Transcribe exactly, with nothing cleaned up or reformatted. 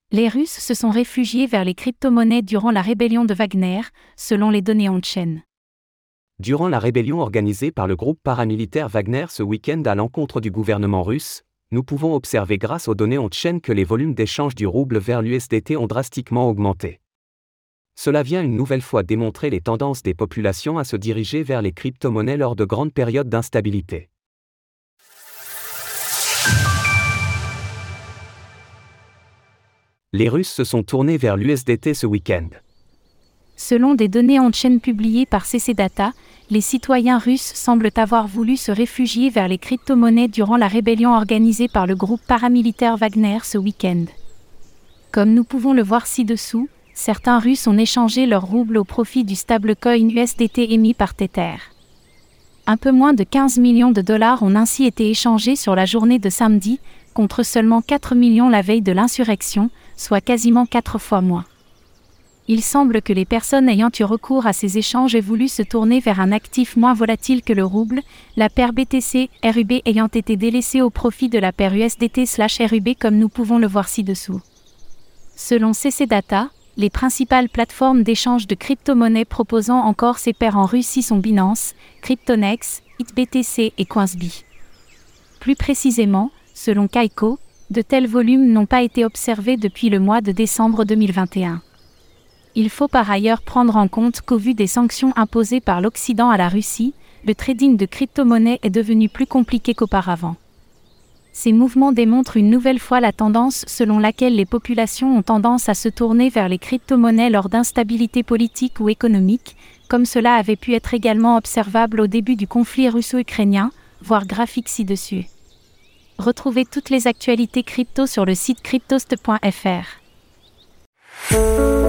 Les Russes se sont réfugiés vers les crypto-monnaies durant la rébellion de Wagner, selon les données on-chain. Durant la rébellion organisée par le groupe paramilitaire Wagner ce week-end à l'encontre du gouvernement russe, nous pouvons observer grâce aux données on-chain que les volumes d'échange du rouble vers l'U S D T ont drastiquement augmenté. Cela vient une nouvelle fois démontrer les tendances des populations à se diriger vers les crypto-monnaies lors de grandes périodes d'instabilité. Les Russes se sont tournés vers l'U S D T ce week-end. Selon des données on-chain publiées par C C Data, les citoyens russes semblent avoir voulu se réfugier vers les crypto-monnaies durant la rébellion organisée par le groupe paramilitaire Wagner ce week-end. Comme nous pouvons le voir ci-dessous, certains Russes ont échangé leur rouble au profit du stablecoin U S D T émis par Tether. Un peu moins de quinze millions de dollars ont ainsi été échangés sur la journée de samedi, contre seulement quatre millions la veille de l'insurrection, soit quasiment quatre fois moins. Il semble que les personnes ayant eu recours à ces échanges aient voulu se tourner vers un actif moins volatile que le rouble, la paire B T C R U B ayant été délaissée au profit de la paire U S D T slash R U B comme nous pouvons le voir ci-dessous. Selon C C Data, les principales plateformes d'échange de crypto-monnaies proposant encore ces paires en Russie sont Binance, Cryptonex, I T B T C et Coinsbee. Plus précisément, selon Kaiko, de tels volumes n'ont pas été observés depuis le mois de décembre deux mille vingt et un. Il faut par ailleurs prendre en compte qu'au vu des sanctions imposées par l'Occident à la Russie, le trading de crypto-monnaies est devenu plus compliqué qu'auparavant. Ces mouvements démontrent une nouvelle fois la tendance selon laquelle les populations ont tendance à se tourner vers les crypto-monnaies lors d'instabilité politique ou économique, comme cela avait pu être également observable au début du conflit russo-ukrainien, voir graphique ci-dessus. Retrouvez toutes les actualités crypto sur le site cryptost point f r.